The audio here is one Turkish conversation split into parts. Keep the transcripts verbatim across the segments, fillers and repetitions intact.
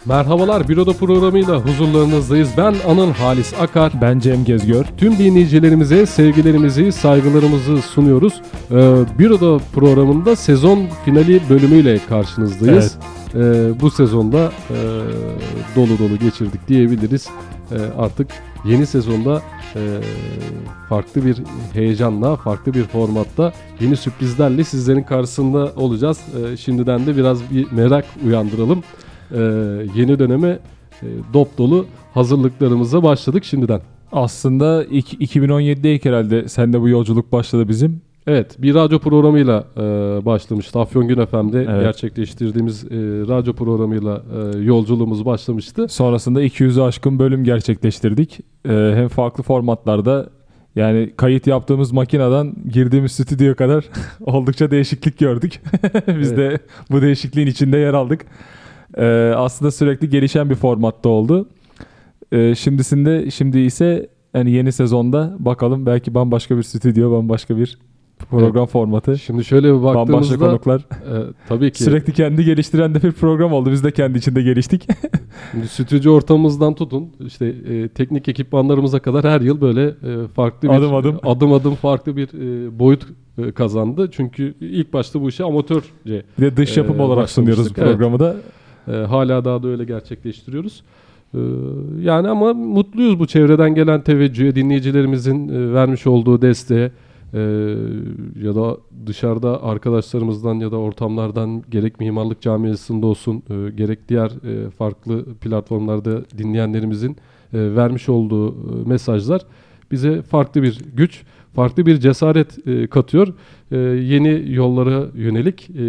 Merhabalar, Büroda programıyla huzurlarınızdayız. Ben Anıl Halis Akar. Ben Cem Gezgör. Tüm dinleyicilerimize sevgilerimizi, saygılarımızı sunuyoruz. Ee, Büroda programında sezon finali bölümüyle karşınızdayız. Evet. Ee, bu sezonda e, dolu dolu geçirdik diyebiliriz. Ee, artık yeni sezonda e, farklı bir heyecanla, farklı bir formatta, yeni sürprizlerle sizlerin karşısında olacağız. Ee, şimdiden de biraz bir merak uyandıralım. Ee, yeni döneme e, dop dolu hazırlıklarımıza başladık şimdiden. Aslında iki bin on yedideyken herhalde sende bu yolculuk başladı bizim. Evet, bir radyo programıyla e, başlamıştı. Afyongün F M'de evet. gerçekleştirdiğimiz e, radyo programıyla e, yolculuğumuz başlamıştı. Sonrasında iki yüzü aşkın bölüm gerçekleştirdik. E, hem farklı formatlarda, yani kayıt yaptığımız makineden girdiğimiz stüdyoya kadar oldukça değişiklik gördük. Biz evet. de bu değişikliğin içinde yer aldık. Ee, aslında sürekli gelişen bir formatta oldu. Ee, şimdisinde, şimdi ise yani yeni sezonda bakalım, belki bambaşka bir stüdyo, bambaşka bir program evet. formatı. Şimdi şöyle bir baktığımızda bambaşka konuklar. E, tabii ki sürekli kendi geliştiren de bir program oldu. Biz de kendi içinde geliştik. Şimdi stüdyo ortamımızdan tutun, işte e, teknik ekipmanlarımıza kadar her yıl böyle e, farklı bir adım adım adım adım farklı bir e, boyut e, kazandı. Çünkü ilk başta bu işi amatörce bir de dış yapım e, olarak sunuyoruz programı da. E, hala daha da öyle gerçekleştiriyoruz. E, yani ama mutluyuz bu çevreden gelen teveccühe, dinleyicilerimizin e, vermiş olduğu desteğe e, ya da dışarıda arkadaşlarımızdan ya da ortamlardan, gerek mimarlık camiasında olsun e, gerek diğer e, farklı platformlarda dinleyenlerimizin e, vermiş olduğu e, mesajlar bize farklı bir güç, farklı bir cesaret e, katıyor. E, yeni yollara yönelik e,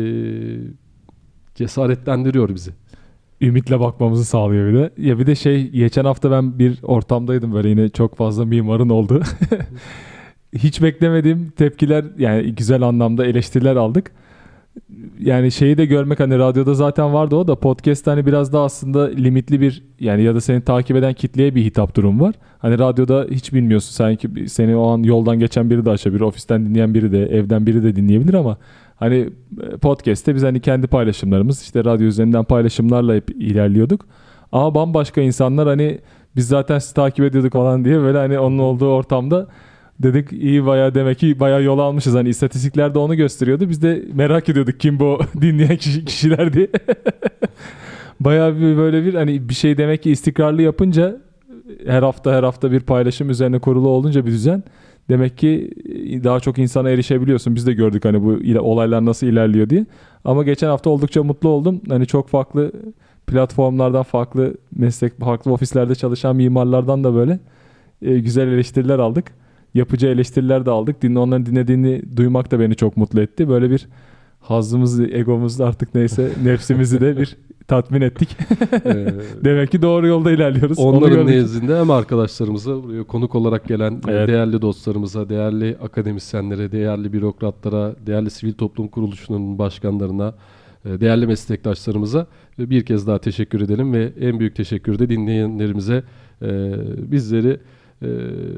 cesaretlendiriyor bizi. Ümitle bakmamızı sağlıyor bir de. Ya bir de şey, geçen hafta ben bir ortamdaydım, böyle yine çok fazla mimarın oldu. Hiç beklemediğim tepkiler, yani güzel anlamda eleştiriler aldık. Yani şeyi de görmek, hani radyoda zaten vardı o da, podcast hani biraz daha aslında limitli bir, yani ya da seni takip eden kitleye bir hitap durum var. Hani radyoda hiç bilmiyorsun, sanki seni o an yoldan geçen biri de açabilir, ofisten dinleyen biri de, evden biri de dinleyebilir, ama hani podcast'te biz hani kendi paylaşımlarımız, işte radyo üzerinden paylaşımlarla hep ilerliyorduk. Ama bambaşka insanlar, hani biz zaten sizi takip ediyorduk falan diye, böyle hani onun olduğu ortamda dedik iyi, bayağı demek ki bayağı yol almışız. Hani istatistikler de onu gösteriyordu. Biz de merak ediyorduk kim bu dinleyen kişi, kişiler diye. Bayağı bir böyle bir hani bir şey, demek ki istikrarlı yapınca, her hafta her hafta bir paylaşım üzerine kurulu olunca bir düzen, demek ki daha çok insana erişebiliyorsun. Biz de gördük hani bu olaylar nasıl ilerliyor diye. Ama geçen hafta oldukça mutlu oldum. Hani çok farklı platformlardan, farklı meslek, farklı ofislerde çalışan mimarlardan da böyle e, güzel eleştiriler aldık. Yapıcı eleştiriler de aldık. Dinle, onların dinlediğini duymak da beni çok mutlu etti. Böyle bir hazzımızı, egomuzu, artık neyse nefsimizi de bir tatmin ettik. Ee, Demek ki doğru yolda ilerliyoruz. Onların nezdinde hem arkadaşlarımıza, buraya konuk olarak gelen evet. değerli dostlarımıza, değerli akademisyenlere, değerli bürokratlara, değerli sivil toplum kuruluşunun başkanlarına, değerli meslektaşlarımıza bir kez daha teşekkür edelim ve en büyük teşekkür de dinleyenlerimize, bizleri e,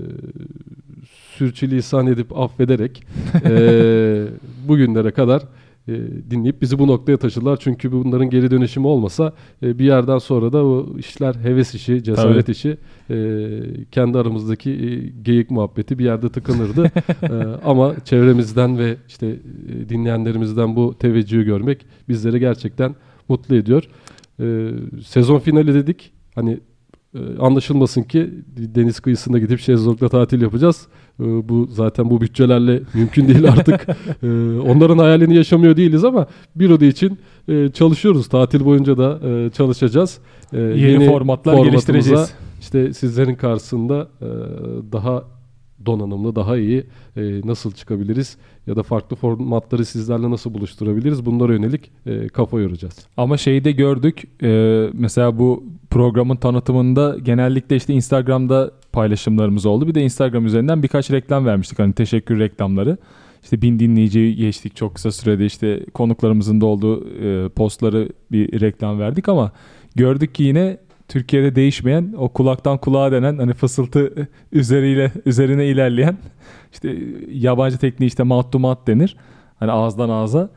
sürçülisan edip affederek e, bugünlere kadar e, dinleyip bizi bu noktaya taşıdılar. Çünkü bunların geri dönüşümü olmasa e, bir yerden sonra da o işler heves işi, cesaret Tabii. işi, e, kendi aramızdaki e, geyik muhabbeti bir yerde tıkanırdı. e, ama çevremizden ve işte e, dinleyenlerimizden bu teveccühü görmek bizleri gerçekten mutlu ediyor. E, sezon finali dedik. Hani anlaşılmasın ki deniz kıyısında gidip şezlongla tatil yapacağız. Bu zaten bu bütçelerle mümkün değil artık. Onların hayalini yaşamıyor değiliz ama Büroda için çalışıyoruz. Tatil boyunca da çalışacağız. Yeni, Yeni formatlar geliştireceğiz. İşte sizlerin karşısında daha donanımlı, daha iyi e, nasıl çıkabiliriz ya da farklı formatları sizlerle nasıl buluşturabiliriz, bunlara yönelik e, kafa yoracağız. Ama şeyi de gördük, e, mesela bu programın tanıtımında genellikle işte Instagram'da paylaşımlarımız oldu. Bir de Instagram üzerinden birkaç reklam vermiştik, hani teşekkür reklamları. İşte bin dinleyici geçtik çok kısa sürede, işte konuklarımızın da olduğu e, postları bir reklam verdik, ama gördük ki yine Türkiye'de değişmeyen, o kulaktan kulağa denen, hani fısıltı üzeriyle üzerine ilerleyen, işte yabancı tekniği işte mouth to mouth denir. Hani ağızdan ağza.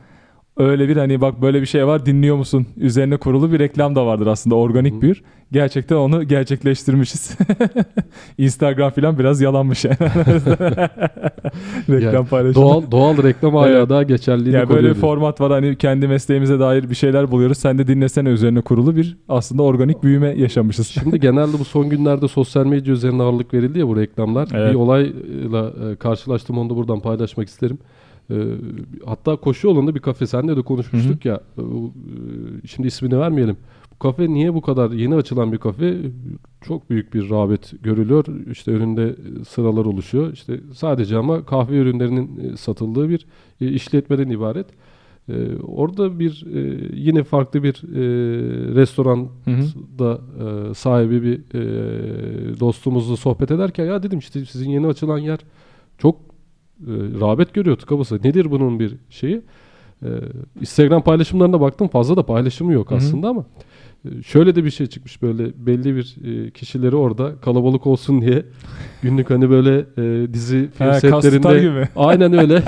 öyle bir hani bak böyle bir şey var dinliyor musun üzerine kurulu bir reklam da vardır aslında, organik Hı-hı. büyür. Gerçekten onu gerçekleştirmişiz. Instagram falan biraz yalanmış yani. Reklam Yani paylaşımı. doğal doğal reklam hala Evet. daha geçerliliğini Yani koruyor. böyle bir format var, hani kendi mesleğimize dair bir şeyler buluyoruz. Sen de dinlesene üzerine kurulu bir aslında organik büyüme yaşamışız. Şimdi genelde bu son günlerde sosyal medya üzerine ağırlık verildi ya bu reklamlar. Evet. Bir olayla e, karşılaştım, onu da buradan paylaşmak isterim. E, hatta koşu yolunda bir kafe, seninle de konuşmuştuk. Hı-hı. ya. E, şimdi ismini vermeyelim. Bu kafe niye bu kadar yeni açılan bir kafe? Çok büyük bir rağbet görülüyor. İşte önünde sıralar oluşuyor. İşte sadece ama kahve ürünlerinin satıldığı bir e, işletmeden ibaret. Ee, orada bir e, yine farklı bir e, restoranda e, sahibi bir e, dostumuzla sohbet ederken ya dedim işte sizin yeni açılan yer çok e, rağbet görüyor, tıka basa. Nedir bunun bir şeyi? E, Instagram paylaşımlarına baktım, fazla da paylaşımı yok aslında. Hı-hı. Ama e, şöyle de bir şey çıkmış, böyle belli bir e, kişileri orada kalabalık olsun diye günlük hani böyle e, dizi film He, setlerinde aynen öyle.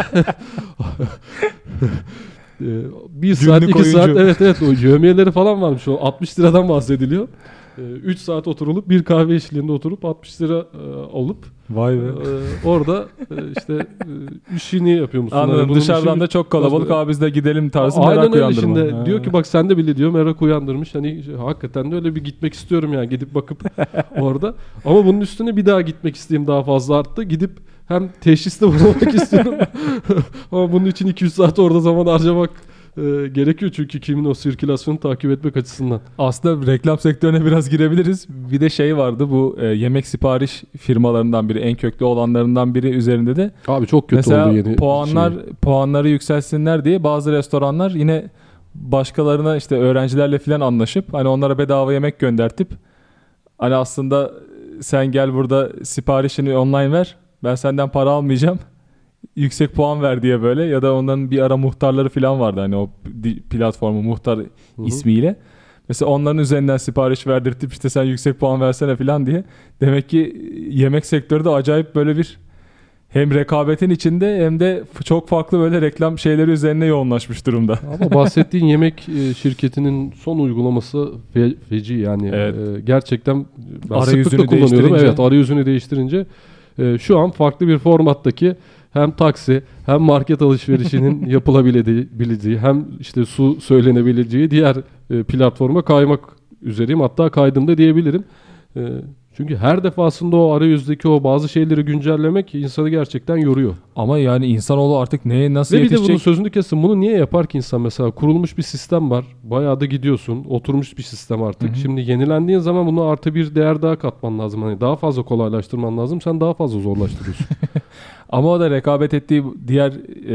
Bir saat, Günlük iki oyuncu. saat, evet evet, o yövmiyeleri falan varmış, o altmış liradan bahsediliyor. üç saat oturulup bir kahve eşliğinde oturup altmış lira e, alıp vay be. E, orada e, işte e, işini yapıyor musun? Anladım. Hani dışarıdan da çok kalabalık, abi biz de gidelim tarzı merak uyandırma. Aynen öyle şimdi. Ha. Diyor ki bak sende bile diyor merak uyandırmış. Hani hakikaten de öyle bir gitmek istiyorum yani, gidip bakıp orada. Ama bunun üstüne bir daha gitmek isteğim daha fazla arttı. Gidip hem teşhiste bulunmak istiyorum. Ama bunun için iki üç saat orada zaman harcamak e, gerekiyor çünkü kimin o sirkülasyonu takip etmek açısından. Aslında reklam sektörüne biraz girebiliriz. Bir de şey vardı, bu e, yemek sipariş firmalarından biri, en köklü olanlarından biri üzerinde de. Abi çok kötü mesela oldu yeni puanlar şey. puanları yükselsinler diye bazı restoranlar yine başkalarına işte öğrencilerle falan anlaşıp hani onlara bedava yemek göndertip hani aslında sen gel burada siparişini online ver, ben senden para almayacağım, yüksek puan ver diye böyle, ya da onların bir ara muhtarları falan vardı hani o platformu muhtar Hı-hı. ismiyle. Mesela onların üzerinden sipariş verdirtip işte sen yüksek puan versene falan diye. Demek ki yemek sektörü de acayip böyle bir hem rekabetin içinde hem de çok farklı böyle reklam şeyleri üzerine yoğunlaşmış durumda. Ama bahsettiğin yemek şirketinin son uygulaması fe- feci yani. Evet. E, gerçekten ben arayüzünü sıklıkla kullanıyorum. değiştirince. Evet, arayüzünü değiştirince e, şu an farklı bir formattaki hem taksi hem market alışverişinin yapılabileceği hem işte su söylenebileceği diğer e, platforma kaymak üzereyim. Hatta kaydım da diyebilirim. E, çünkü her defasında o arayüzdeki o bazı şeyleri güncellemek insanı gerçekten yoruyor. Ama yani insanoğlu artık neye nasıl Ve yetişecek? bir de bunun sözünü kesin. Bunu niye yapar ki insan? Mesela kurulmuş bir sistem var. Bayağı da gidiyorsun. Oturmuş bir sistem artık. Hı hı. Şimdi yenilendiğin zaman bunu artı bir değer daha katman lazım. Hani daha fazla kolaylaştırman lazım. Sen daha fazla zorlaştırıyorsun. Ama o da rekabet ettiği diğer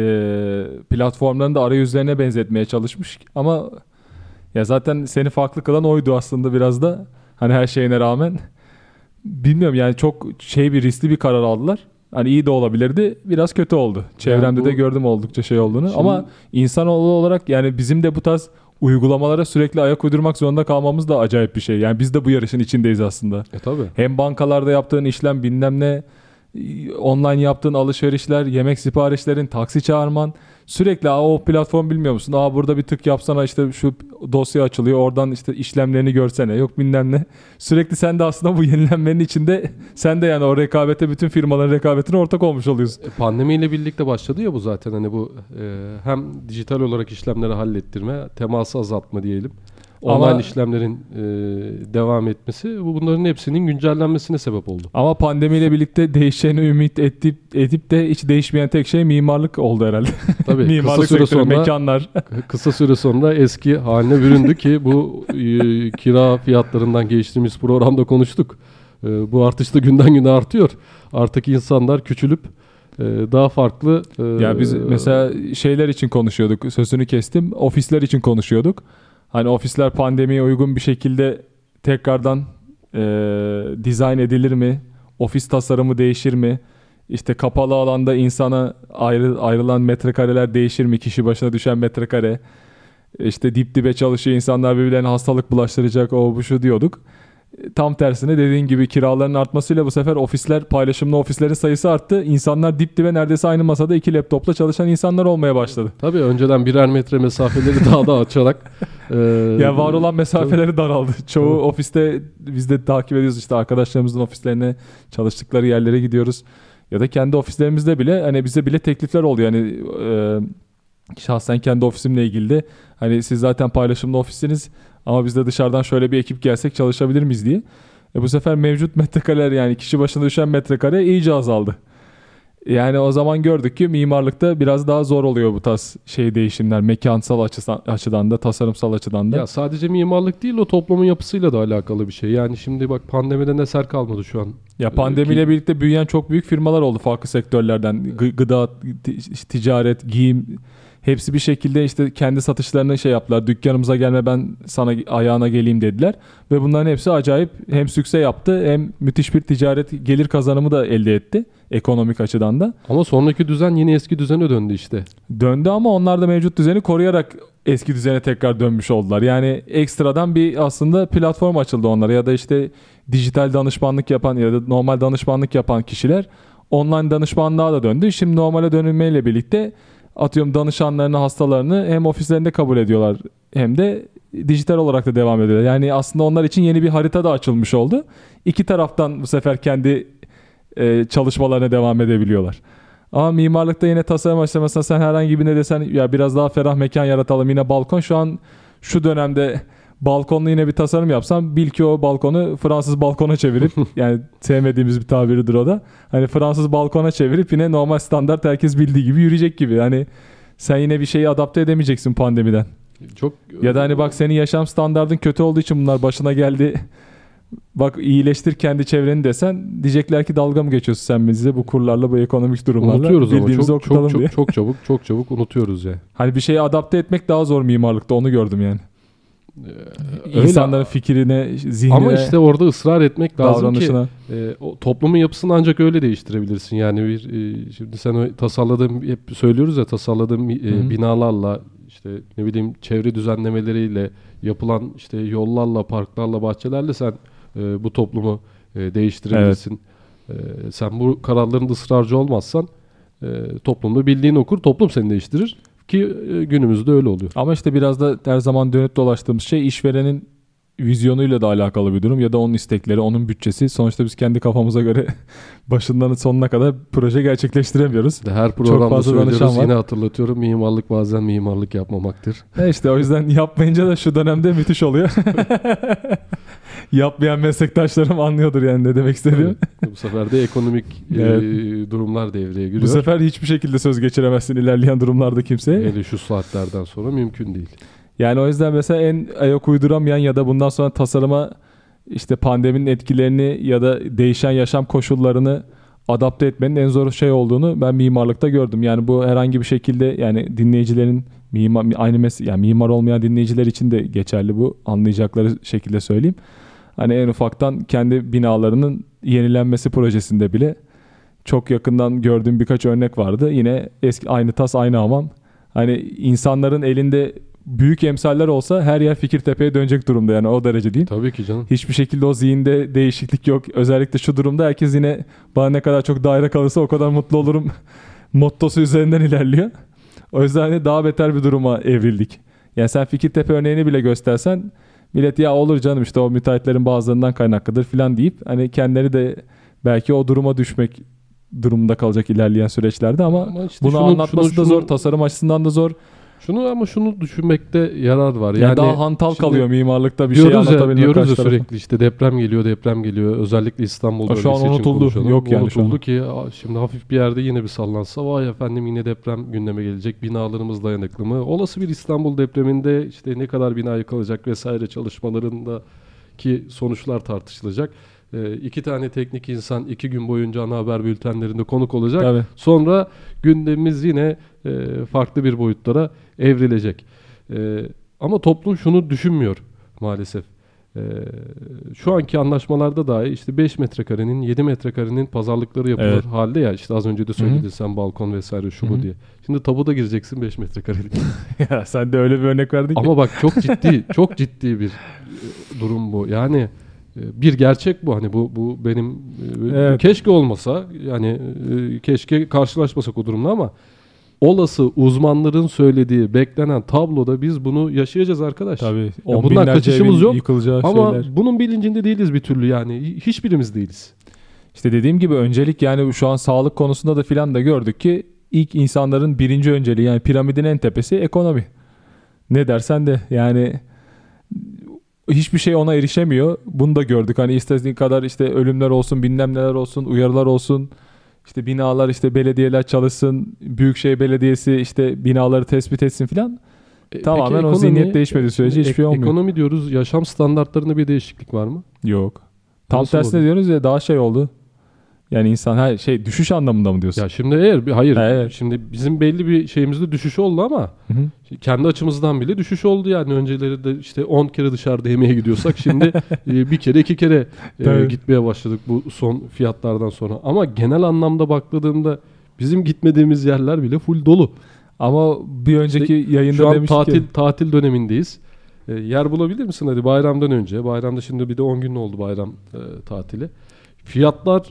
e, platformların da arayüzlerine benzetmeye çalışmış. Ama ya zaten seni farklı kılan oydu aslında biraz da. Hani her şeyine rağmen. Bilmiyorum yani, çok şey bir riskli bir karar aldılar. Hani iyi de olabilirdi. Biraz kötü oldu. Çevremde yani bu, de gördüm oldukça şey olduğunu. Şimdi, ama insanoğlu olarak yani bizim de bu tarz uygulamalara sürekli ayak uydurmak zorunda kalmamız da acayip bir şey. Yani biz de bu yarışın içindeyiz aslında. E tabii. Hem bankalarda yaptığın işlem bilmem ne, online yaptığın alışverişler, yemek siparişlerin, taksi çağırman, sürekli aa o platform bilmiyor musun? Aa burada bir tık yapsana işte şu dosya açılıyor, oradan işte işlemlerini görsene, yok bilmem ne. Sürekli sen de aslında bu yenilenmenin içinde, sen de yani o rekabete, bütün firmaların rekabetine ortak olmuş oluyorsun. Pandemiyle birlikte başladı ya bu zaten, hani bu e, hem dijital olarak işlemleri hallettirme, teması azaltma diyelim. Online ama, işlemlerin e, devam etmesi, bu bunların hepsinin güncellenmesine sebep oldu. Ama pandemiyle birlikte değişeceğini ümit edip, edip de hiç değişmeyen tek şey mimarlık oldu herhalde. Tabii. Mimarlık kısa süre sektörü, sonra, mekanlar. Kısa süre sonra eski haline büründü ki bu e, kira fiyatlarından geçtiğimiz programda konuştuk. E, bu artış da günden güne artıyor. Artık insanlar küçülüp e, daha farklı... E, ya biz mesela şeyler için konuşuyorduk, sözünü kestim. Ofisler için konuşuyorduk. Hani ofisler pandemiye uygun bir şekilde tekrardan e, dizayn edilir mi? Ofis tasarımı değişir mi? İşte kapalı alanda insana ayrı, ayrılan metrekareler değişir mi? Kişi başına düşen metrekare. İşte dip dibe çalışıyor insanlar, birbirlerine hastalık bulaştıracak, o bu şu diyorduk. Tam tersine dediğin gibi kiraların artmasıyla bu sefer ofisler, paylaşımlı ofislerin sayısı arttı. İnsanlar dip dibe neredeyse aynı masada iki laptopla çalışan insanlar olmaya başladı. Tabii önceden birer metre mesafeleri daha da açarak. e, ya var olan mesafeleri tabii. daraldı. Çoğu tabii. ofiste biz de takip ediyoruz işte arkadaşlarımızın ofislerine, çalıştıkları yerlere gidiyoruz. Ya da kendi ofislerimizde bile hani bize bile teklifler oluyor. Yani e, şahsen kendi ofisimle ilgili de hani siz zaten paylaşımlı ofissiniz ama biz de dışarıdan şöyle bir ekip gelsek çalışabilir miyiz diye. E bu sefer mevcut metrekareler yani kişi başına düşen metrekare iyice azaldı. Yani o zaman gördük ki mimarlıkta biraz daha zor oluyor bu tarz şey değişimler. Mekansal açıdan, açıdan da tasarımsal açıdan da. Ya sadece mimarlık değil o toplumun yapısıyla da alakalı bir şey. Yani şimdi bak pandemiden eser kalmadı şu an. Ya pandemiyle Ki... birlikte büyüyen çok büyük firmalar oldu farklı sektörlerden. Gı- gıda, ticaret, giyim hepsi bir şekilde işte kendi satışlarını şey yaptılar. Dükkanımıza gelme ben sana ayağına geleyim dediler. Ve bunların hepsi acayip hem sükse yaptı hem müthiş bir ticaret gelir kazanımı da elde etti. Ekonomik açıdan da. Ama sonraki düzen yine eski düzene döndü işte. Döndü ama onlar da mevcut düzeni koruyarak eski düzene tekrar dönmüş oldular. Yani ekstradan bir aslında platform açıldı onlara ya da işte dijital danışmanlık yapan ya da normal danışmanlık yapan kişiler online danışmanlığa da döndü. Şimdi normale dönülmeyle birlikte atıyorum danışanlarını, hastalarını hem ofislerinde kabul ediyorlar hem de dijital olarak da devam ediyorlar. Yani aslında onlar için yeni bir harita da açılmış oldu. İki taraftan bu sefer kendi e, çalışmalarına devam edebiliyorlar. Ama mimarlıkta yine tasarım açısından mesela sen herhangi birine desen ya biraz daha ferah mekan yaratalım yine balkon. Şu an şu dönemde balkonlu yine bir tasarım yapsam bil ki o balkonu Fransız balkona çevirip yani sevmediğimiz bir tabiridir o da. Hani Fransız balkona çevirip yine normal standart herkes bildiği gibi yürüyecek gibi. Hani sen yine bir şeyi adapte edemeyeceksin pandemiden. Çok ya da hani bak senin yaşam standardın kötü olduğu için bunlar başına geldi. Bak iyileştir kendi çevreni desen diyecekler ki dalga mı geçiyorsun sen bize bu kurlarla bu ekonomik durumlarla. Unutuyoruz ama çok, çok, çok, çok çabuk çok çabuk unutuyoruz ya. Yani. Hani bir şeyi adapte etmek daha zor mimarlıkta onu gördüm yani. Ee, İnsanların fikrine, zihnine, ama işte orada ısrar etmek lazım ki e, o toplumun yapısını ancak öyle değiştirebilirsin. Yani bir e, şimdi sen o tasarladığın hep söylüyoruz ya tasarladığın e, binalarla işte ne bileyim çevre düzenlemeleriyle yapılan işte yollarla, parklarla, bahçelerle sen e, bu toplumu e, değiştirebilirsin. Evet. E, sen bu kararlarında ısrarcı olmazsan e, toplumda bildiğini okur, toplum seni değiştirir. Ki günümüzde öyle oluyor. Ama işte biraz da her zaman dönüp dolaştığımız şey işverenin vizyonuyla da alakalı bir durum ya da onun istekleri, onun bütçesi. Sonuçta biz kendi kafamıza göre başından sonuna kadar proje gerçekleştiremiyoruz. Her programda söylüyoruz yine hatırlatıyorum mimarlık bazen mimarlık yapmamaktır. E işte o yüzden yapmayınca da şu dönemde müthiş oluyor. Yapmayan meslektaşlarım anlıyordur yani ne demek istediğimi. Bu sefer de ekonomik evet. e, durumlar devreye giriyor. Bu sefer hiçbir şekilde söz geçiremezsin ilerleyen durumlarda kimseye. Hele şu saatlerden sonra mümkün değil. Yani o yüzden mesela en ayak uyduramayan ya da bundan sonra tasarıma işte pandeminin etkilerini ya da değişen yaşam koşullarını adapte etmenin en zor şey olduğunu ben mimarlıkta gördüm. Yani bu herhangi bir şekilde yani dinleyicilerin mimar aynı mes yani mimar olmayan dinleyiciler için de geçerli bu. Anlayacakları şekilde söyleyeyim. Hani en ufaktan kendi binalarının yenilenmesi projesinde bile çok yakından gördüğüm birkaç örnek vardı. Yine eski aynı tas aynı hamam. Hani insanların elinde büyük emsaller olsa her yer Fikirtepe'ye dönecek durumda yani o derece değil. Tabii ki canım. Hiçbir şekilde o zihinde değişiklik yok. Özellikle şu durumda herkes yine bana ne kadar çok daire kalırsa o kadar mutlu olurum mottosu üzerinden ilerliyor. O yüzden hani daha beter bir duruma evrildik. Yani sen Fikirtepe örneğini bile göstersen millet ya olur canım işte o müteahhitlerin bazılarından kaynaklıdır filan deyip hani kendileri de belki o duruma düşmek durumunda kalacak ilerleyen süreçlerde ama, ama işte bunu şunu, anlatması şunu, da zor, şunu, tasarım açısından da zor. Şunu ama şunu düşünmekte yarar var. Yani, yani daha hantal kalıyor mimarlıkta bir şey anlatabilmek. Diyoruz ya sürekli işte deprem geliyor, deprem geliyor. Özellikle İstanbul bölgesi için unutuldu. Yok yani unutuldu ki şimdi hafif bir yerde yine bir sallansa vay efendim yine deprem gündeme gelecek. Binalarımız dayanıklı mı? Olası bir İstanbul depreminde işte ne kadar bina yıkılacak vesaire çalışmalarındaki sonuçlar tartışılacak. E, iki tane teknik insan iki gün boyunca ana haber bültenlerinde konuk olacak. Tabii. Sonra gündemimiz yine e, farklı bir boyutlara evrilecek. E, ama toplum şunu düşünmüyor maalesef. E, şu anki anlaşmalarda dahi işte beş metrekarenin yedi metrekarenin pazarlıkları yapılır evet. halde ya işte az önce de söyledin Hı-hı. sen balkon vesaire şu bu diye. Şimdi tabuda gireceksin beş metrekarelik. Ya sen de öyle bir örnek verdin ki. Ama bak çok ciddi çok ciddi bir durum bu. Yani bir gerçek bu. Hani bu bu benim evet. keşke olmasa, yani keşke karşılaşmasak o durumla, ama olası uzmanların söylediği beklenen tabloda biz bunu yaşayacağız arkadaş. Tabii. Ya bundan kaçışımız yok. Ama şeyler. bunun bilincinde değiliz bir türlü yani. Hiçbirimiz değiliz. İşte dediğim gibi öncelik, yani şu an sağlık konusunda da filan da gördük ki ilk insanların birinci önceliği, yani piramidin en tepesi ekonomi. Ne dersen de yani hiçbir şey ona erişemiyor. Bunu da gördük. Hani istediğin kadar işte ölümler olsun, bilmem neler olsun, uyarılar olsun. İşte binalar, işte belediyeler çalışsın, Büyükşehir Belediyesi işte binaları tespit etsin filan. E, Tamamen ekonomi, o zihniyet değişmediği sürece hiçbir şey olmuyor. Ekonomi diyoruz, yaşam standartlarında bir değişiklik var mı? Yok. Tam Nasıl tersine oldu? Diyoruz ya, daha şey oldu. Yani insan her şey düşüş anlamında mı diyorsun? Ya şimdi eğer hayır evet. Şimdi bizim belli bir şeyimizde düşüş oldu ama hı hı. kendi açımızdan bile düşüş oldu yani. Önceleri de işte on kere dışarıda yemeğe gidiyorsak şimdi bir kere iki kere e, gitmeye başladık bu son fiyatlardan sonra. Ama genel anlamda bakıldığında bizim gitmediğimiz yerler bile full dolu. Ama bir önceki işte yayında şu an demiştik tatil ki tatil dönemindeyiz. E, yer bulabilir misin hadi bayramdan önce? Bayramda şimdi bir de on gün oldu bayram e, tatili. Fiyatlar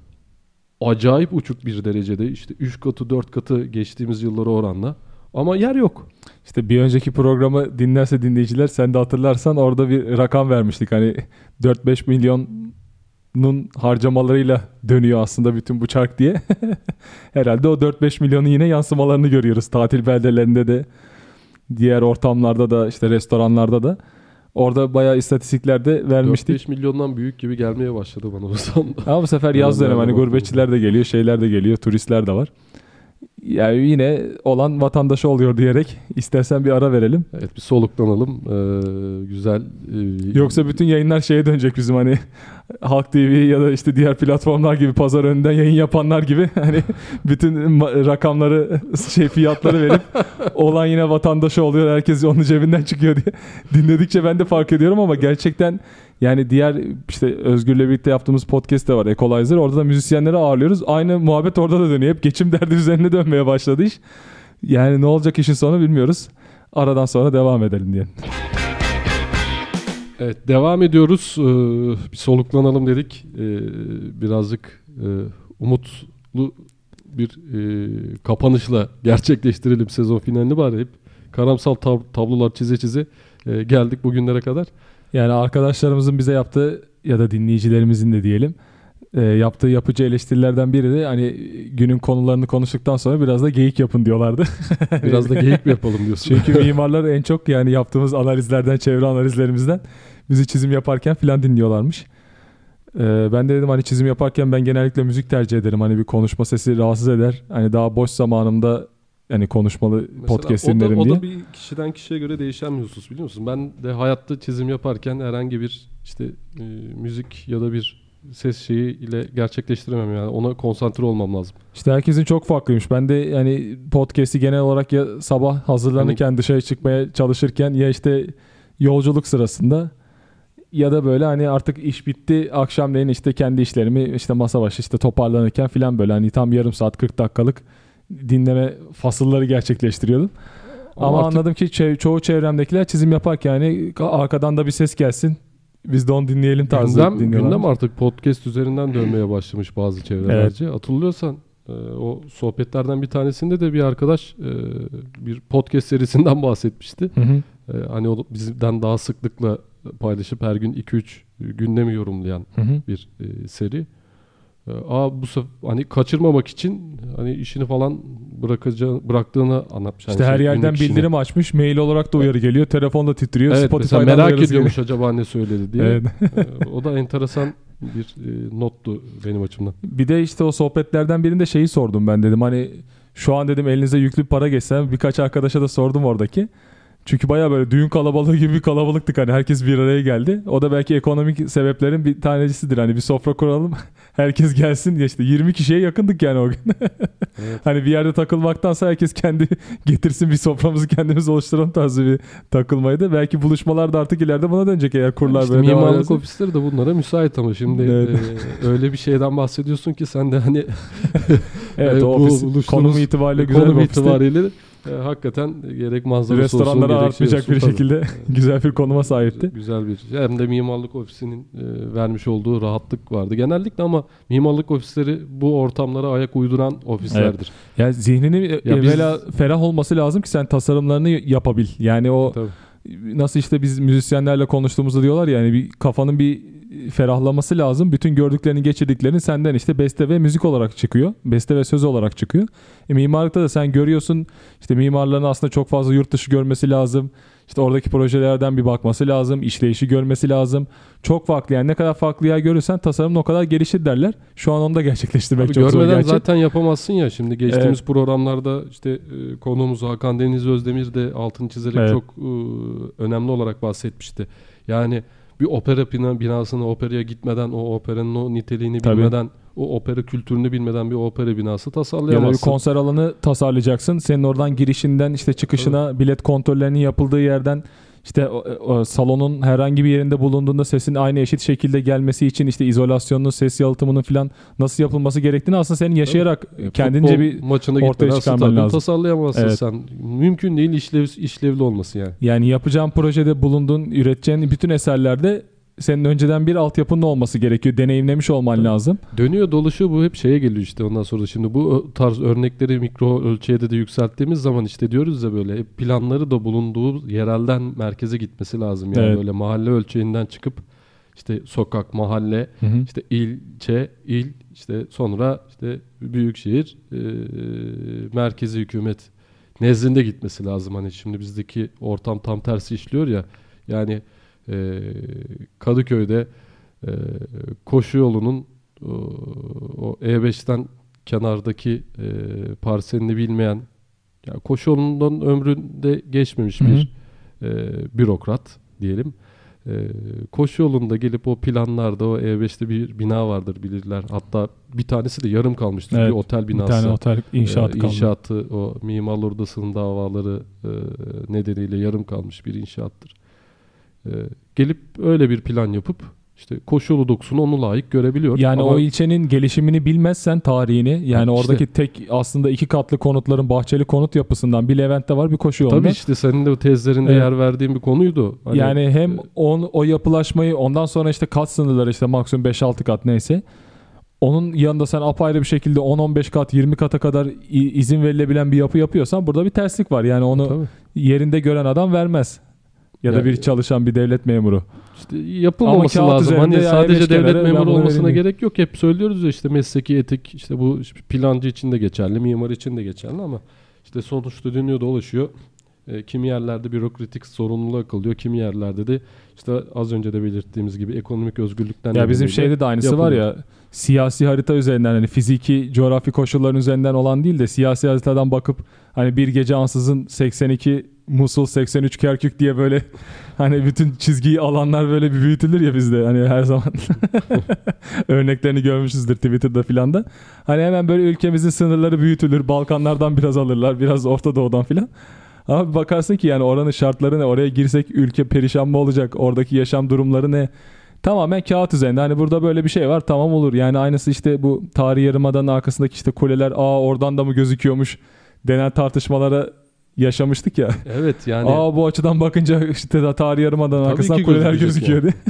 acayip uçuk bir derecede, işte üç katı dört katı geçtiğimiz yıllara oranla, ama yer yok. İşte bir önceki programı dinlerse dinleyiciler, sen de hatırlarsan orada bir rakam vermiştik, hani dört beş milyonun harcamalarıyla dönüyor aslında bütün bu çark diye. Herhalde o dört beş milyonun yine yansımalarını görüyoruz tatil beldelerinde de, diğer ortamlarda da, işte restoranlarda da. Orada bayağı istatistiklerde vermiştik. dört beş milyondan büyük gibi gelmeye başladı bana o zaman. Ama bu sefer yaz dönemi, hani gurbetçiler de geliyor, şeyler de geliyor, turistler de var. Yani yine olan vatandaşı oluyor diyerek istersen bir ara verelim. Evet, bir soluklanalım. Ee, güzel. E... Yoksa bütün yayınlar şeye dönecek bizim, hani Halk T V ya da işte diğer platformlar gibi pazar önünden yayın yapanlar gibi hani bütün rakamları, şey fiyatları verip olan yine vatandaşı oluyor, herkes onun cebinden çıkıyor diye dinledikçe ben de fark ediyorum. Ama gerçekten yani diğer işte Özgür'le birlikte yaptığımız podcast de var, Equalizer, orada da müzisyenleri ağırlıyoruz. Aynı muhabbet orada da dönüyor. Hep geçim derdi üzerine dönmeye başladı iş. Yani ne olacak işin sonu bilmiyoruz. Aradan sonra devam edelim diye. Evet, devam ediyoruz. Ee, bir soluklanalım dedik. Ee, birazcık e, umutlu bir e, kapanışla gerçekleştirelim sezon finalini, bari hep karamsal tab- tablolar çize çize e, geldik bugünlere kadar. Yani arkadaşlarımızın bize yaptığı ya da dinleyicilerimizin de diyelim e, yaptığı yapıcı eleştirilerden biri de hani günün konularını konuştuktan sonra biraz da geyik yapın diyorlardı. Biraz da geyik mi yapalım diyorsun? Çünkü mimarlar en çok yani yaptığımız analizlerden, çevre analizlerimizden bizi çizim yaparken filan dinliyorlarmış. Ee, ben de dedim hani çizim yaparken ben genellikle müzik tercih ederim. Hani bir konuşma sesi rahatsız eder. Hani daha boş zamanımda hani konuşmalı mesela podcast dinlerim o da, diye. O da bir kişiden kişiye göre değişen bir husus, biliyor musun? Ben de hayatta çizim yaparken herhangi bir işte e, müzik ya da bir ses şeyi ile gerçekleştiremem yani. Ona konsantre olmam lazım. İşte herkesin çok farklıymış. Ben de yani podcast'i genel olarak ya sabah hazırlanırken hani, dışarı çıkmaya çalışırken ya işte yolculuk sırasında ya da böyle hani artık iş bitti akşamleyin işte kendi işlerimi işte masa başı işte toparlanırken filan böyle hani tam yarım saat kırk dakikalık dinleme fasılları gerçekleştiriyordum. Ama, Ama artık... anladım ki ço- çoğu çevremdekiler çizim yaparken yani arkadan da bir ses gelsin, biz de onu dinleyelim tarzı gündem, dinliyorlar. Gündem artık podcast üzerinden dönmeye başlamış bazı çevrelerce. Evet. Hatırlıyorsan o sohbetlerden bir tanesinde de bir arkadaş bir podcast serisinden bahsetmişti. Hı hı. Hani o bizden daha sıklıkla paylaşıp her gün iki üç gündemi yorumlayan hı hı. bir seri. Aa bu sefer hani kaçırmamak için hani işini falan bırakacağı bıraktığını anlatmış. İşte yani her şey, yerden bildirim işini açmış, mail olarak da uyarı geliyor, telefonda titriyor. Evet, Spotify'dan merak ediyormuş geliyor. Acaba ne söyledi diye. Evet. O da enteresan bir e, nottu benim açımdan. Bir de işte o sohbetlerden birinde şeyi sordum ben, dedim hani şu an dedim elinize yüklü bir para geçse, birkaç arkadaşa da sordum oradaki. Çünkü baya böyle düğün kalabalığı gibi bir kalabalıktık, hani herkes bir araya geldi. O da belki ekonomik sebeplerin bir tanesidir. Hani bir sofra kuralım, herkes gelsin. Ya işte yirmi kişiye yakındık yani o gün. Evet. Hani bir yerde takılmaktansa herkes kendi getirsin, bir soframızı kendimiz oluşturalım tarzı bir takılmaydı. Belki buluşmalar da artık ileride buna dönecek eğer kurlar yani işte böyle devam mimarlık ofisleri de bunlara müsait ama şimdi evet. e, öyle bir şeyden bahsediyorsun ki sen de hani Evet, e, o ofis konumu itibariyle güzel konum bir ofisti. itibariyle e, hakikaten gerek manzarası olsun, restoranlara gerek artmayacak şey bir olsun, şekilde güzel bir konuma sahipti. Güzel bir şey. Hem de mimarlık ofisinin e, vermiş olduğu rahatlık vardı. Genellikle ama mimarlık ofisleri bu ortamlara ayak uyduran ofislerdir. Evet. Yani zihnini Ya evvela biz... ferah olması lazım ki sen tasarımlarını yapabil. Yani o Tabii. nasıl işte biz müzisyenlerle konuştuğumuzda diyorlar ya, yani bir kafanın bir ferahlaması lazım. Bütün gördüklerini, geçirdiklerini senden işte beste ve müzik olarak çıkıyor. Beste ve söz olarak çıkıyor. E, mimarlıkta da sen görüyorsun işte mimarların aslında çok fazla yurt dışı görmesi lazım. İşte oradaki projelerden bir bakması lazım. İşleyişi görmesi lazım. Çok farklı, yani ne kadar farklı yer görürsen tasarımın o kadar gelişir derler. Şu an onu da gerçekleştirmek Abi çok zor görmeden gerçek. zaten yapamazsın ya. Şimdi geçtiğimiz Evet. programlarda işte e, konuğumuz Hakan Deniz Özdemir de altını çizerek Evet. çok e, önemli olarak bahsetmişti. Yani bir opera bina, binasına operaya gitmeden, o operanın o niteliğini Tabii. bilmeden, o opera kültürünü bilmeden bir opera binası Ya da tasarlayamazsın. bir konser alanı tasarlayacaksın. Senin oradan girişinden işte çıkışına, evet, bilet kontrollerinin yapıldığı yerden işte o, o salonun herhangi bir yerinde bulunduğunda sesin aynı eşit şekilde gelmesi için işte izolasyonunu, ses yalıtımının falan nasıl yapılması gerektiğini aslında senin yaşayarak evet. kendince Futbol bir maçına ortaya çıkarman lazım. Tasarlayamazsın Evet. sen. Mümkün değil işlev, işlevli olması yani. Yani yapacağın projede bulunduğun, üreteceğin bütün eserlerde senin önceden bir altyapının olması gerekiyor. Deneyimlemiş olman evet. lazım. Dönüyor dolaşıyor, bu hep şeye geliyor işte ondan sonra. Şimdi bu tarz örnekleri mikro ölçeğe de yükselttiğimiz zaman işte diyoruz ya böyle planları da bulunduğu yerelden merkeze gitmesi lazım. Yani evet. böyle mahalle ölçeğinden çıkıp işte sokak, mahalle, hı hı. işte ilçe, il, işte sonra işte büyükşehir, e, merkezi hükümet nezdinde gitmesi lazım. Hani şimdi bizdeki ortam tam tersi işliyor ya. Yani Ee, Kadıköy'de e, koşu yolunun o, o E beşten kenardaki e, parselini bilmeyen, yani koşu yolundan ömründe geçmemiş Hı-hı. bir e, bürokrat diyelim. E, koşu yolunda gelip o planlarda o E beşte bir bina vardır bilirler. Hatta bir tanesi de yarım kalmıştır. Evet, bir otel binası. Bir tane otel inşaatı kaldı. E, inşaatı o Mimarlar Odası'nın davaları e, nedeniyle yarım kalmış bir inşaattır. Ee, gelip öyle bir plan yapıp işte koşu yolu dokusunu onu layık görebiliyor. Yani ama o ilçenin gelişimini bilmezsen tarihini, yani işte, oradaki tek aslında iki katlı konutların bahçeli konut yapısından bir Levent'te var, bir koşu yolunda. Tabii işte senin de o tezlerinde evet. yer verdiğin bir konuydu. Hani, yani hem on, o yapılaşmayı, ondan sonra işte kat sınırları işte maksimum beş altı kat neyse. Onun yanında sen apayrı bir şekilde on on beş kat yirmi kata kadar izin verilebilen bir yapı yapıyorsan burada bir terslik var. Yani onu Tabii. yerinde gören adam vermez. Ya yani, da bir çalışan bir devlet memuru. İşte yapılmaması lazım. Hani sadece devlet memuru olmasına gerek yok. Hep söylüyoruz ya işte mesleki etik, işte bu plancı için de geçerli, mimar için de geçerli ama işte sonuçta dönüyor dolaşıyor. E, kimi yerlerde bürokratik sorumluluğa kalıyor. Kimi yerlerde de işte az önce de belirttiğimiz gibi ekonomik özgürlükten. Ya bizim şeyde de aynısı yapılıyor. Var ya, siyasi harita üzerinden, hani fiziki coğrafi koşulların üzerinden olan değil de siyasi haritadan bakıp hani bir gece ansızın seksen iki Musul, seksen üç Kerkük diye böyle hani bütün çizgiyi alanlar böyle bir büyütülür ya bizde hani her zaman örneklerini görmüşüzdür Twitter'da filan da. Hani hemen böyle ülkemizin sınırları büyütülür. Balkanlardan biraz alırlar, biraz Orta Doğu'dan filan. Ama bakarsın ki yani oranın şartları ne? Oraya girsek ülke perişan mı olacak? Oradaki yaşam durumları ne? Tamamen kağıt üzerinde. Hani burada böyle bir şey var, tamam olur. Yani aynısı işte bu Tarihi Yarımada'nın arkasındaki işte kuleler, aa oradan da mı gözüküyormuş denen tartışmalara yaşamıştık ya. Evet yani. Aa bu açıdan bakınca işte Tarihi Yarımada'nın arkasından kuleler gözüküyordu. Yani.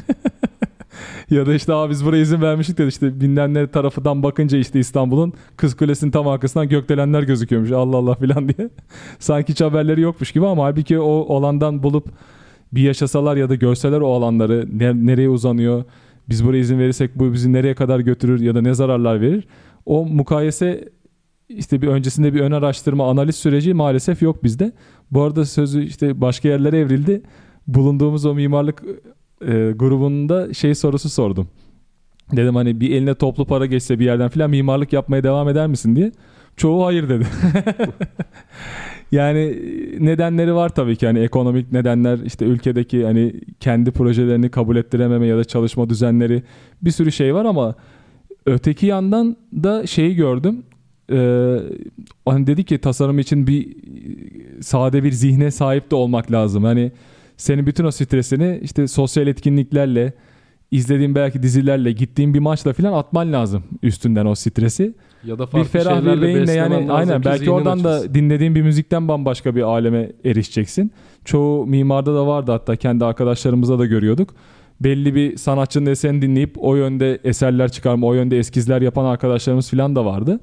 Ya da işte abi biz buraya izin vermiştik de işte bilinenler tarafından bakınca işte İstanbul'un Kız Kulesi'nin tam arkasından gökdelenler gözüküyormuş. Allah Allah filan diye. Sanki hiç haberleri yokmuş gibi ama halbuki o alandan bulup bir yaşasalar ya da görseler o alanları ne, nereye uzanıyor, biz buraya izin verirsek bu bizi nereye kadar götürür ya da ne zararlar verir. O mukayese işte bir öncesinde bir ön araştırma analiz süreci maalesef yok bizde. Bu arada sözü işte başka yerlere evrildi. Bulunduğumuz o mimarlık e, grubunda şey sorusu sordum. Dedim hani bir eline toplu para geçse bir yerden filan mimarlık yapmaya devam eder misin diye. Çoğu hayır dedi. Yani nedenleri var tabii ki, hani ekonomik nedenler, işte ülkedeki hani kendi projelerini kabul ettirememe ya da çalışma düzenleri, bir sürü şey var ama öteki yandan da şeyi gördüm. Ee, hani dedi ki tasarım için bir sade bir zihne sahip de olmak lazım. Hani senin bütün o stresini işte sosyal etkinliklerle, izlediğin belki dizilerle, gittiğin bir maçla falan atman lazım üstünden o stresi. Ya da Bir farklı ferah bir şeylerle beyinle yani beslemen lazım aynen ki belki zihnin oradan da açılsın. dinlediğin bir müzikten bambaşka bir aleme erişeceksin. Çoğu mimarda da vardı, hatta kendi arkadaşlarımızda da görüyorduk. Belli bir sanatçının eserini dinleyip o yönde eserler çıkarma, o yönde eskizler yapan arkadaşlarımız falan da vardı.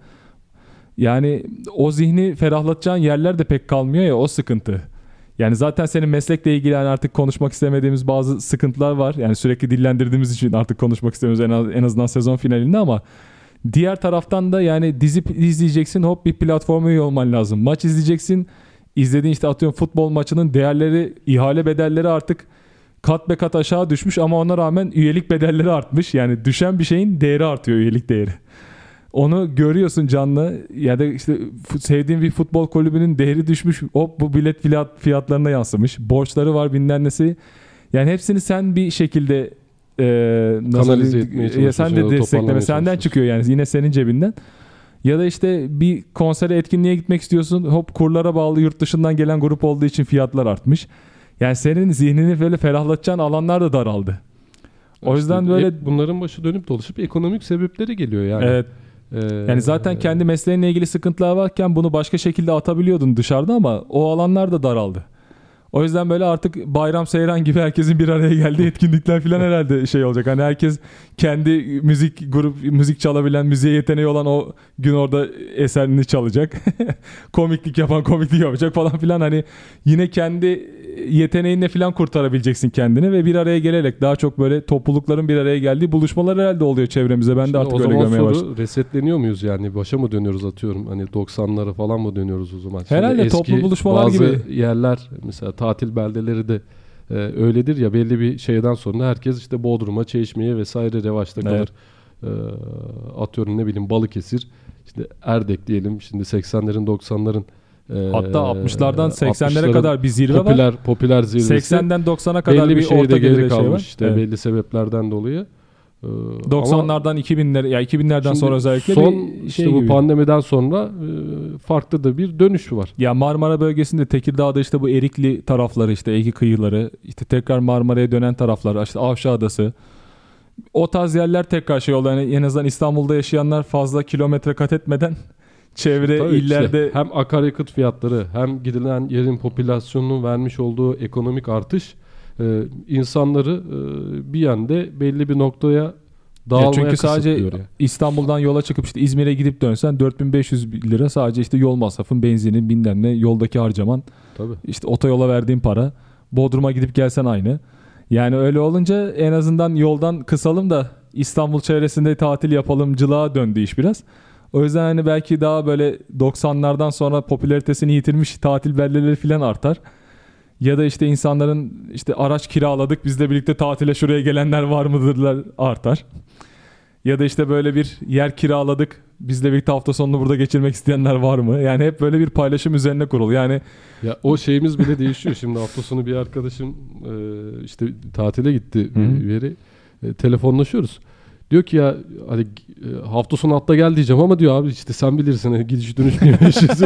Yani o zihni ferahlatacağın yerler de pek kalmıyor ya, o sıkıntı. Yani zaten senin meslekle ilgili yani artık konuşmak istemediğimiz bazı sıkıntılar var. Yani sürekli dillendirdiğimiz için artık konuşmak istemiyoruz en, az, en azından sezon finalinde, ama diğer taraftan da yani dizi izleyeceksin, hop bir platforma üye olman lazım. Maç izleyeceksin, izlediğin işte atıyorum futbol maçının değerleri, ihale bedelleri artık kat be kat aşağı düşmüş ama ona rağmen üyelik bedelleri artmış. Yani düşen bir şeyin değeri artıyor, üyelik değeri. Onu görüyorsun canlı, ya da işte sevdiğin bir futbol kulübünün değeri düşmüş, hop bu bilet fiyat, fiyatlarına yansımış. Borçları var, bilmem nesi. Yani hepsini sen bir şekilde e, nasıl, kanalize etmeye çalışıyorsun. Ya sen de destekleme senden çıkıyor yani, yine senin cebinden. Ya da işte bir konsere, etkinliğe gitmek istiyorsun, hop kurlara bağlı yurt dışından gelen grup olduğu için fiyatlar artmış. Yani senin zihnini böyle ferahlatacağın alanlar da daraldı. O yüzden işte böyle bunların başı dönüp dolaşıp ekonomik sebepleri geliyor yani. Evet. Ee, Yani zaten kendi mesleğinle ilgili sıkıntılar varken bunu başka şekilde atabiliyordun dışarıda, ama o alanlar da daraldı. O yüzden böyle artık bayram seyran gibi herkesin bir araya geldiği etkinlikler falan herhalde şey olacak. Hani herkes kendi müzik grup müzik çalabilen, müziğe yeteneği olan o gün orada eserini çalacak. Komiklik yapan komiklik yapacak falan filan, hani yine kendi yeteneğinle falan kurtarabileceksin kendini ve bir araya gelerek daha çok böyle toplulukların bir araya geldiği buluşmalar herhalde oluyor çevremizde. Ben Şimdi de artık o öyle zaman görmeye başladım. soru, resetleniyor muyuz yani? Başa mı dönüyoruz atıyorum? Hani doksanlara falan mı dönüyoruz o zaman? Şimdi Herhalde eski toplu buluşmalar bazı gibi. yerler, mesela tatil beldeleri de e, öyledir ya, belli bir şeyden sonra herkes işte Bodrum'a, Çeşme'ye vesaire revaçta kalır. Evet. E, atıyorum ne bileyim Balıkesir, işte Erdek diyelim, şimdi seksenlerin doksanların e, Hatta altmışlardan seksenlere altmışların kadar bir zirve popüler, var. Popüler zirvesi. seksenden doksana kadar belli bir, bir şeyde orta geri gelirde kalmış şey var. işte Evet. belli sebeplerden dolayı. Ee, doksanlardan iki binlere, ya iki binlerden Şimdi sonra özellikle son bir şey işte bu gibi. pandemiden sonra e, farklı da bir dönüş var. Ya Marmara bölgesinde, Tekirdağ'da işte bu Erikli tarafları, işte Ege kıyıları, işte tekrar Marmara'ya dönen taraflar, işte Avşa Adası. O tarz yerler tekrar şey oldu. Yani en azından İstanbul'da yaşayanlar fazla kilometre kat etmeden çevre Tabii illerde işte hem akaryakıt fiyatları hem gidilen yerin popülasyonunun vermiş olduğu ekonomik artış e, insanları e, bir yönde belli bir noktaya ya dağılmaya çünkü sadece kısıtlıyor. İstanbul'dan yola çıkıp işte İzmir'e gidip dönsen dört bin beş yüz lira sadece işte yol masrafın, benzinin, bilmem ne, yoldaki harcaman, Tabii. işte otoyola verdiğin para, Bodrum'a gidip gelsen aynı. Yani öyle olunca en azından yoldan kısalım da İstanbul çevresinde tatil yapalımcılığa döndü iş biraz. O yüzden hani belki daha böyle doksanlardan sonra popülaritesini yitirmiş tatil beldeleri falan artar. Ya da işte insanların işte araç kiraladık bizle birlikte tatile şuraya gelenler var mıdırlar artar. Ya da işte böyle bir yer kiraladık bizle birlikte hafta sonunu burada geçirmek isteyenler var mı? Yani hep böyle bir paylaşım üzerine kurulu. Yani Ya o şeyimiz bile değişiyor. Şimdi hafta sonu bir arkadaşım e, işte tatile gitti Hı-hı. bir yere. E, telefonlaşıyoruz. Diyor ki ya hani e, hafta sonu hatta gel diyeceğim ama diyor abi işte sen bilirsin hani gidiş dönüş bilmemişiz.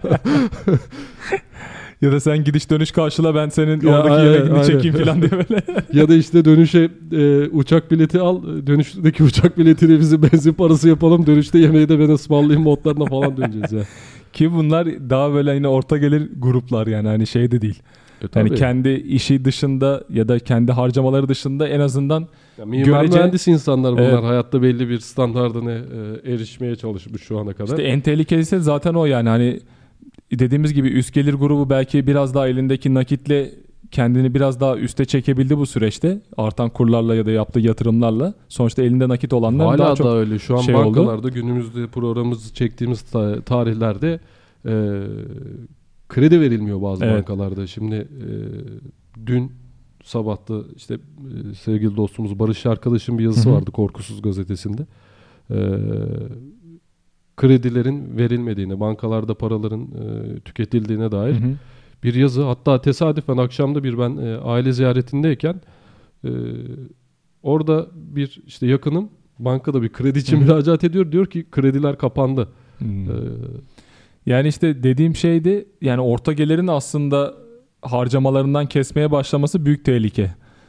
ya da sen gidiş dönüş karşıla, ben senin Ya, oradaki aynen, yemekini aynen. çekeyim falan diye böyle. Ya da işte dönüşe e, uçak bileti al. Dönüşteki uçak biletiyle bizi benzin parası yapalım. Dönüşte yemeği de ben ısmarlayayım modlarına falan döneceğiz ya. Ki bunlar daha böyle yine orta gelir gruplar, yani hani şey de değil. E, Yani kendi işi dışında ya da kendi harcamaları dışında en azından ya, mimar görece- mühendis insanlar bunlar. Evet. Hayatta belli bir standardına e, erişmeye çalışmış şu ana kadar. işte en tehlikelisi zaten o, yani hani dediğimiz gibi üst gelir grubu belki biraz daha elindeki nakitle kendini biraz daha üste çekebildi bu süreçte. Artan kurlarla ya da yaptığı yatırımlarla. Sonuçta elinde nakit olanlar Hala daha da çok öyle. Şu an şey bankalarda günümüzde programımızı çektiğimiz ta- tarihlerde e, kredi verilmiyor bazı Evet. bankalarda. Şimdi e, dün sabahta işte e, sevgili dostumuz Barış arkadaşım bir yazısı Hı hı. vardı Korkusuz gazetesinde. E, kredilerin verilmediğine, bankalarda paraların e, tüketildiğine dair Hı hı. bir yazı. Hatta tesadüfen akşamda bir ben e, aile ziyaretindeyken e, orada bir işte yakınım bankada bir kredi için Hı hı. müracaat ediyor. Diyor ki krediler kapandı. Hmm. Ee, Yani işte dediğim şeydi, yani orta gelirin aslında harcamalarından kesmeye başlaması büyük tehlike.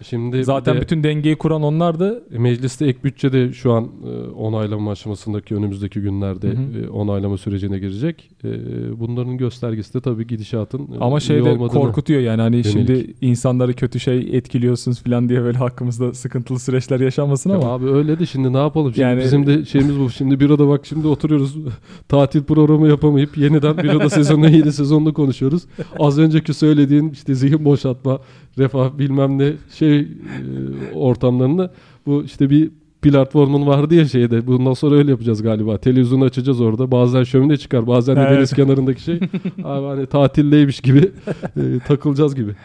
Şimdi Zaten de, bütün dengeyi kuran onlardı. Mecliste ek bütçede şu an e, onaylama aşamasındaki önümüzdeki günlerde hı hı. E, onaylama sürecine girecek. E, bunların göstergesi de tabii gidişatın e, ama şeyde korkutuyor yani hani yönelik. Şimdi insanları kötü şey etkiliyorsunuz falan diye böyle hakkımızda sıkıntılı süreçler yaşanmasın ama. Ya abi öyle de şimdi ne yapalım? Şimdi yani bizim de şeyimiz bu. Şimdi büroda bak şimdi oturuyoruz. Tatil programı yapamayıp yeniden büroda sezonun yeni sezonunu konuşuyoruz. Az önceki söylediğin işte zihin boşaltma, refah bilmem ne şey e, ortamlarını bu işte bir platformun vardı ya şeyde. Bundan sonra öyle yapacağız galiba. Televizyonu açacağız orada. Bazen şömine çıkar. Bazen de evet. deniz kenarındaki şey. Abi hani tatildeymiş gibi e, takılacağız gibi.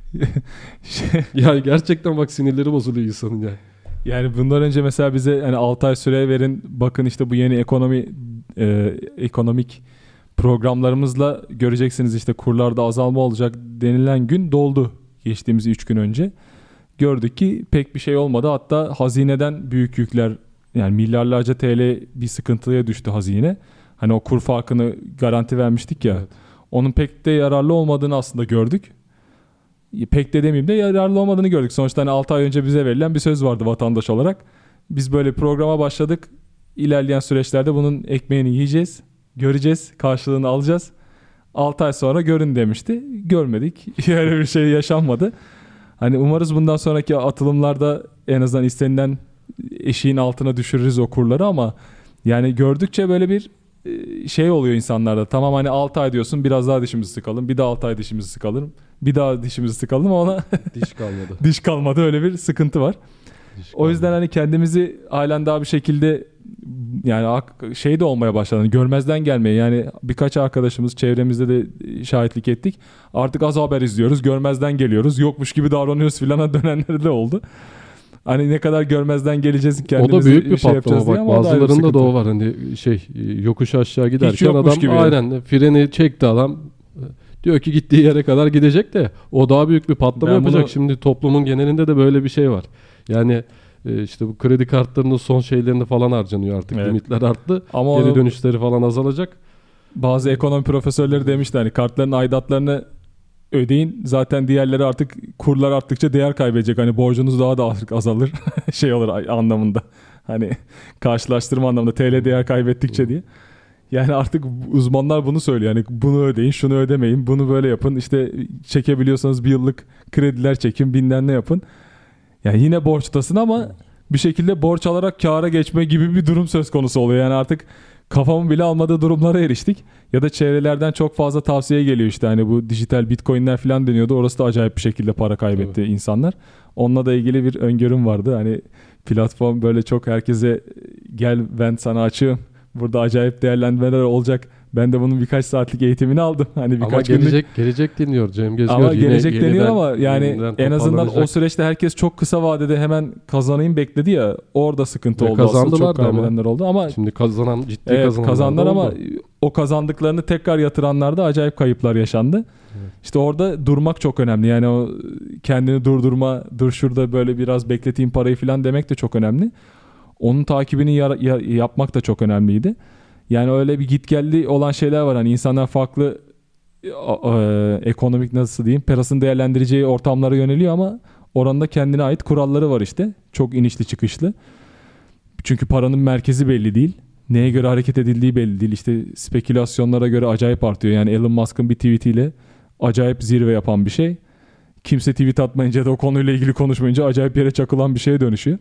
Yani gerçekten bak sinirleri bozuluyor insanın yani. Yani bundan önce mesela bize hani altı ay süre verin. Bakın işte bu yeni ekonomi e, ekonomik programlarımızla göreceksiniz işte kurlarda azalma olacak denilen gün doldu. Geçtiğimiz üç gün önce. Gördük ki pek bir şey olmadı. Hatta hazineden büyük yükler yani milyarlarca T L bir sıkıntıya düştü hazine. Hani o kur farkını garanti vermiştik ya. Evet. Onun pek de yararlı olmadığını aslında gördük. Pek de demeyeyim de yararlı olmadığını gördük. Sonuçta hani altı ay önce bize verilen bir söz vardı vatandaş olarak. Biz böyle programa başladık. İlerleyen süreçlerde bunun ekmeğini yiyeceğiz. Göreceğiz. Karşılığını alacağız. altı ay sonra görün demişti. Görmedik. Öyle bir şey yaşanmadı. Hani umarız bundan sonraki atılımlarda en azından istenilen eşiğin altına düşürürüz o kurları ama yani gördükçe böyle bir şey oluyor insanlarda. Tamam hani altı ay diyorsun biraz daha dişimizi sıkalım. Bir daha altı ay dişimizi sıkalım. Bir daha dişimizi sıkalım ama ona diş kalmadı. Diş kalmadı öyle bir sıkıntı var. O yüzden hani kendimizi halen daha bir şekilde yani şey de olmaya başladı. Görmezden gelmeye yani birkaç arkadaşımız çevremizde de şahitlik ettik. Artık az haber izliyoruz. Görmezden geliyoruz. Yokmuş gibi davranıyoruz filana dönenleri de oldu. Hani ne kadar görmezden geleceğiz kendimizi o da büyük bir şey patlama bak. Bazılarında da o var. Hani şey yokuş aşağı giderken adam gibi aynen yani. Freni çekti adam. Diyor ki gittiği yere kadar gidecek de o daha büyük bir patlama ben yapacak. Bunu... Şimdi toplumun genelinde de böyle bir şey var. Yani işte bu kredi kartlarının son şeylerini falan harcanıyor artık. Evet. Limitler arttı. Ama geri onu... dönüşleri falan azalacak. Bazı ekonomi profesörleri demişti hani kartların aidatlarını ödeyin. Zaten diğerleri artık kurlar arttıkça değer kaybedecek. Hani borcunuz daha da azalır. şey olur anlamında. Hani karşılaştırma anlamında T L değer kaybettikçe diye. Yani artık uzmanlar bunu söylüyor. Yani bunu ödeyin, şunu ödemeyin, bunu böyle yapın. İşte çekebiliyorsanız bir yıllık krediler çekin, bilmem ne yapın. Yani yine borçtasın ama bir şekilde borç alarak kâra geçme gibi bir durum söz konusu oluyor. Yani artık kafamın bile almadığı durumlara eriştik. Ya da çevrelerden çok fazla tavsiye geliyor işte. Hani bu dijital bitcoinler falan deniyordu. Orası da acayip bir şekilde para kaybetti evet. insanlar. Onunla da ilgili bir öngörüm vardı. Hani platform böyle çok herkese gel ben sana açığım. Burada acayip değerlendirmeler olacak. Ben de bunun birkaç saatlik eğitimini aldım. Hani birkaç ama gelecek günlük... gelecek deniyor Cem Gezgör. Ama yine gelecek yeniden, deniyor ama yani en azından o süreçte herkes çok kısa vadede hemen kazanayım bekledi ya. Orada sıkıntı Ve oldu. Aslında çok kaybedenler oldu ama şimdi kazanan ciddi evet, kazananlar kazanlar ama o kazandıklarını tekrar yatıranlarda acayip kayıplar yaşandı. Evet. İşte orada durmak çok önemli. Yani o kendini durdurma, dur şurada böyle biraz bekleteyim parayı falan demek de çok önemli. Onun takibini ya- ya- yapmak da çok önemliydi. Yani öyle bir gitgelli olan şeyler var. Hani insanlar farklı e, e, ekonomik nasıl diyeyim parasını değerlendireceği ortamlara yöneliyor ama oranda kendine ait kuralları var işte. Çok inişli çıkışlı. Çünkü paranın merkezi belli değil. Neye göre hareket edildiği belli değil. İşte spekülasyonlara göre acayip artıyor. Yani Elon Musk'ın bir tweetiyle acayip zirve yapan bir şey. Kimse tweet atmayınca da o konuyla ilgili konuşmayınca acayip yere çakılan bir şeye dönüşüyor.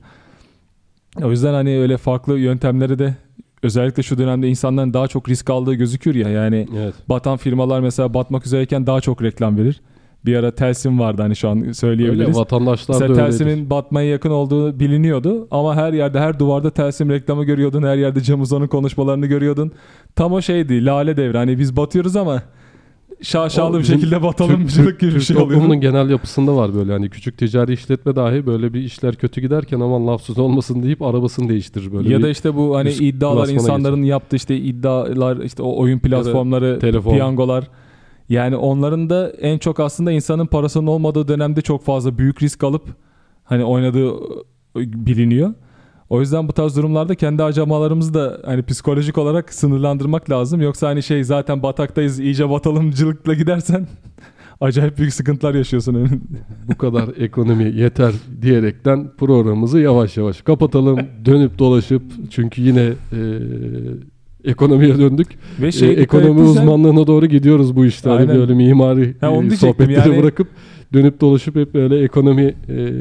O yüzden hani öyle farklı yöntemleri de özellikle şu dönemde insanların daha çok risk aldığı gözüküyor ya. Yani evet. Batan firmalar mesela batmak üzereyken daha çok reklam verir. Bir ara Telsim vardı hani şu an söyleyebiliriz. Öyle vatandaşlar mesela da Telsim'in öyledir. Batmaya yakın olduğu biliniyordu. Ama her yerde her duvarda Telsim reklamı görüyordun. Her yerde Cem Uzan'ın konuşmalarını görüyordun. Tam o şeydi lale devri. Hani biz batıyoruz ama şaşalı o bir şekilde batalım Türk, gibi bir şey oluyor. Toplumun genel yapısında var böyle hani küçük ticari işletme dahi böyle bir işler kötü giderken aman lafsız olmasın deyip arabasını değiştirir böyle. Ya da işte bu hani iddialar insanların geçer. Yaptığı işte iddialar işte o oyun platformları, piyangolar. Yani onların da en çok aslında insanın parasının olmadığı dönemde çok fazla büyük risk alıp hani oynadığı biliniyor. O yüzden bu tarz durumlarda kendi harcamalarımızı da hani psikolojik olarak sınırlandırmak lazım. Yoksa hani şey zaten bataktayız iyice batalımcılıkla gidersen acayip büyük sıkıntılar yaşıyorsun. Bu kadar ekonomi yeter diyerekten programımızı yavaş yavaş kapatalım. Dönüp dolaşıp çünkü yine e, ekonomiye döndük. Ve şey, e, ekonomi uzmanlığına doğru gidiyoruz bu işte. Hani böyle mimari ha, sohbetleri yani... bırakıp dönüp dolaşıp hep böyle ekonomiye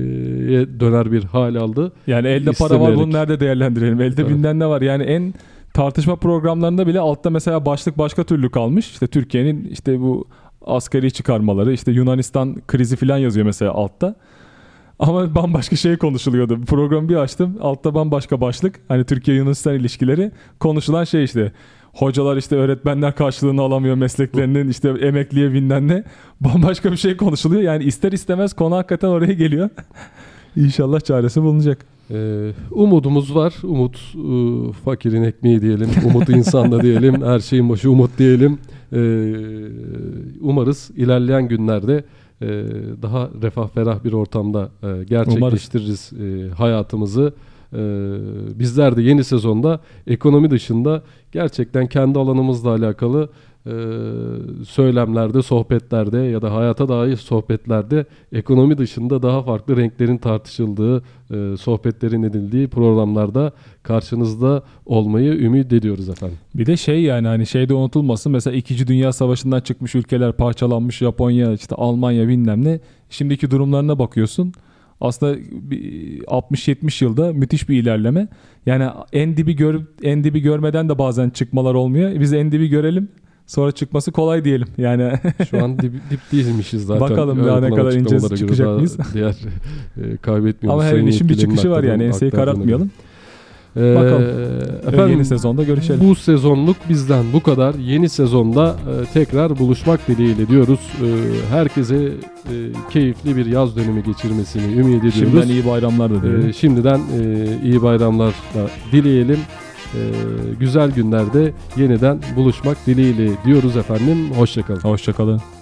döner bir hal aldı. Yani elde para var, bunu nerede değerlendirelim? Elde evet. Binden ne var? Yani en tartışma programlarında bile altta mesela başlık başka türlü kalmış. İşte Türkiye'nin işte bu asgari çıkarmaları, işte Yunanistan krizi falan yazıyor mesela altta. Ama bambaşka şey konuşuluyordu. Programı bir açtım. Altta bambaşka başlık. Hani Türkiye-Yunanistan ilişkileri. Konuşulan şey işte. Hocalar işte öğretmenler karşılığını alamıyor mesleklerinin, işte emekliye bilmem ne. Bambaşka bir şey konuşuluyor. Yani ister istemez konu hakikaten oraya geliyor. İnşallah çaresi bulunacak. Ee, umudumuz var. Umut e, fakirin ekmeği diyelim. Umut insanda diyelim. Her şeyin başı umut diyelim. Ee, umarız ilerleyen günlerde e, daha refah ferah bir ortamda e, gerçekleştiririz e, hayatımızı. Ee, bizler de yeni sezonda ekonomi dışında gerçekten kendi alanımızla alakalı e, söylemlerde, sohbetlerde ya da hayata dair sohbetlerde ekonomi dışında daha farklı renklerin tartışıldığı, e, sohbetlerin edildiği programlarda karşınızda olmayı ümit ediyoruz efendim. Bir de şey, yani hani şeyde unutulmasın, mesela İkinci Dünya Savaşı'ndan çıkmış ülkeler, parçalanmış Japonya, işte Almanya bilmem ne, şimdiki durumlarına bakıyorsun. Aslında altmış yetmiş yılda müthiş bir ilerleme. Yani en dibi gör en dibi görmeden de bazen çıkmalar olmuyor. Biz en dibi görelim, sonra çıkması kolay diyelim. Yani şu an dip, dip değilmişiz zaten. Bakalım daha ne kadar ineceğiz, çıkacak mıyız? Diğer e, kaybetmiyoruz. Ama her işin bir çıkışı var yani. Enseyi karartmayalım. Ee, Bakalım. Efendim, yeni sezonda görüşelim. Bu sezonluk bizden bu kadar. Yeni sezonda e, tekrar buluşmak dileğiyle diyoruz. E, herkese e, keyifli bir yaz dönemi geçirmesini ümit ediyoruz. Şimdiden iyi bayramlar da dileyelim. E, şimdiden e, iyi bayramlar da dileyelim. E, güzel günlerde yeniden buluşmak dileğiyle diyoruz efendim. Hoşçakalın. Hoşçakalın.